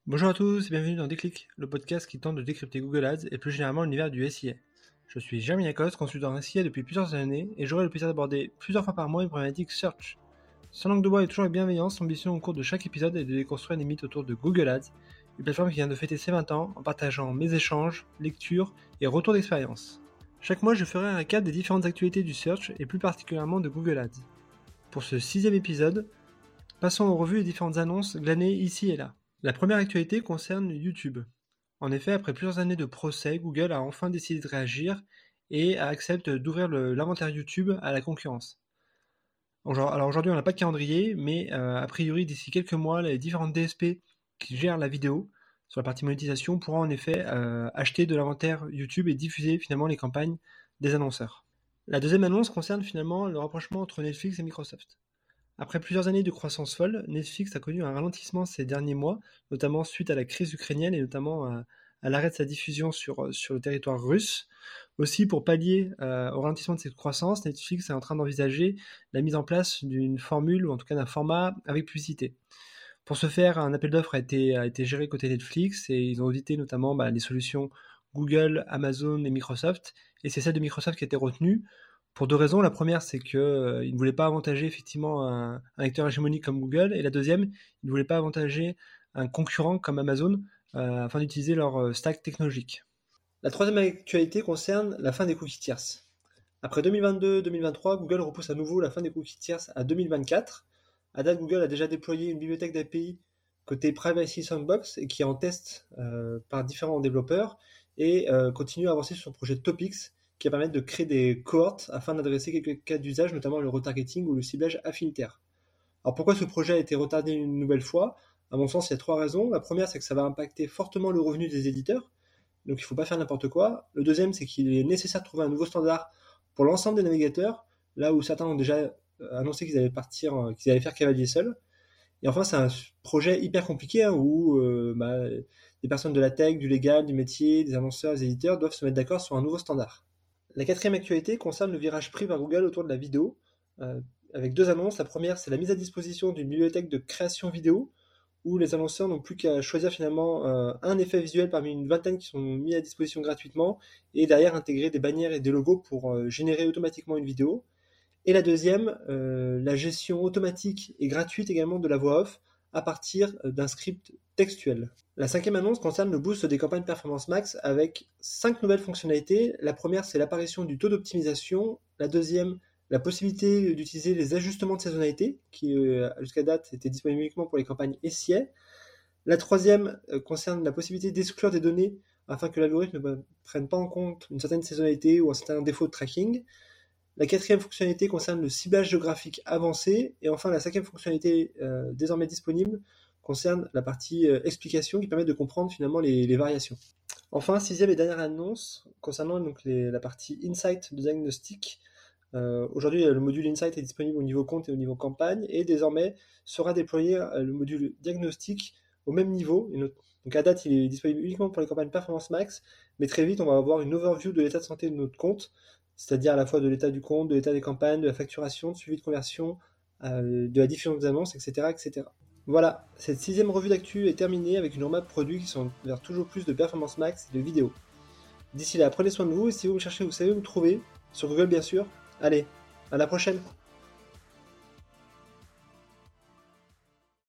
Bonjour à tous et bienvenue dans Déclic, le podcast qui tente de décrypter Google Ads et plus généralement l'univers du SIA. Je suis Jérémy Lacoste, consultant SIA depuis plusieurs années et j'aurai le plaisir d'aborder plusieurs fois par mois une problématique search. Sans langue de bois et toujours avec bienveillance, l'ambition au cours de chaque épisode est de déconstruire les mythes autour de Google Ads, une plateforme qui vient de fêter ses 20 ans en partageant mes échanges, lectures et retours d'expérience. Chaque mois, je ferai un récap des différentes actualités du search et plus particulièrement de Google Ads. Pour ce 6e épisode, passons en revue les différentes annonces glanées ici et là. La première actualité concerne YouTube. En effet, après plusieurs années de procès, Google a enfin décidé de réagir et accepte d'ouvrir l'inventaire YouTube à la concurrence. Alors aujourd'hui, on n'a pas de calendrier, mais a priori, d'ici quelques mois, les différentes DSP qui gèrent la vidéo sur la partie monétisation pourront en effet acheter de l'inventaire YouTube et diffuser finalement les campagnes des annonceurs. La deuxième annonce concerne finalement le rapprochement entre Netflix et Microsoft. Après plusieurs années de croissance folle, Netflix a connu un ralentissement ces derniers mois, notamment suite à la crise ukrainienne et notamment à l'arrêt de sa diffusion sur le territoire russe. Aussi, pour pallier au ralentissement de cette croissance, Netflix est en train d'envisager la mise en place d'une formule, ou en tout cas d'un format avec publicité. Pour ce faire, un appel d'offres a été géré côté Netflix et ils ont audité notamment les solutions Google, Amazon et Microsoft. Et c'est celle de Microsoft qui a été retenue pour deux raisons. La première, c'est qu'ils ne voulaient pas avantager effectivement un acteur hégémonique comme Google. Et la deuxième, ils ne voulaient pas avantager un concurrent comme Amazon afin d'utiliser leur stack technologique. La troisième actualité concerne la fin des cookies tierces. Après 2022-2023, Google repousse à nouveau la fin des cookies tierces à 2024. À date, Google a déjà déployé une bibliothèque d'API côté Privacy Sandbox et qui est en test par différents développeurs et continue à avancer sur son projet Topics qui va permettre de créer des cohortes afin d'adresser quelques cas d'usage, notamment le retargeting ou le ciblage affinitaire. Alors pourquoi ce projet a été retardé une nouvelle fois? À mon sens, il y a trois raisons. La première, c'est que ça va impacter fortement le revenu des éditeurs, donc il ne faut pas faire n'importe quoi. Le deuxième, c'est qu'il est nécessaire de trouver un nouveau standard pour l'ensemble des navigateurs, là où certains ont déjà annoncé qu'ils allaient faire cavalier seul. Et enfin, c'est un projet hyper compliqué où des personnes de la tech, du légal, du métier, des annonceurs, des éditeurs doivent se mettre d'accord sur un nouveau standard. La quatrième actualité concerne le virage pris par Google autour de la vidéo, avec deux annonces. La première, c'est la mise à disposition d'une bibliothèque de création vidéo, où les annonceurs n'ont plus qu'à choisir finalement un effet visuel parmi une vingtaine qui sont mis à disposition gratuitement, et derrière intégrer des bannières et des logos pour générer automatiquement une vidéo. Et la deuxième, la gestion automatique et gratuite également de la voix off à partir d'un script textuel. La cinquième annonce concerne le boost des campagnes Performance Max avec 5 nouvelles fonctionnalités. La première, c'est l'apparition du taux d'optimisation. La deuxième, la possibilité d'utiliser les ajustements de saisonnalité qui, jusqu'à date, étaient disponibles uniquement pour les campagnes SIA. La troisième concerne la possibilité d'exclure des données afin que l'algorithme ne prenne pas en compte une certaine saisonnalité ou un certain défaut de tracking. La quatrième fonctionnalité concerne le ciblage géographique avancé. Et enfin, la cinquième fonctionnalité désormais disponible concerne la partie explication qui permet de comprendre finalement les variations. Enfin, sixième et dernière annonce concernant donc la partie Insight de diagnostic. Aujourd'hui, le module Insight est disponible au niveau compte et au niveau campagne et désormais sera déployé le module diagnostic au même niveau. Donc à date, il est disponible uniquement pour les campagnes Performance Max, mais très vite, on va avoir une overview de l'état de santé de notre compte, c'est-à-dire à la fois de l'état du compte, de l'état des campagnes, de la facturation, de suivi de conversion, de la diffusion des annonces, etc., etc. Voilà, cette sixième revue d'actu est terminée avec une roadmap produits qui sont vers toujours plus de Performance Max et de vidéos. D'ici là, prenez soin de vous et si vous me cherchez, vous savez où me trouver, sur Google bien sûr. Allez, à la prochaine!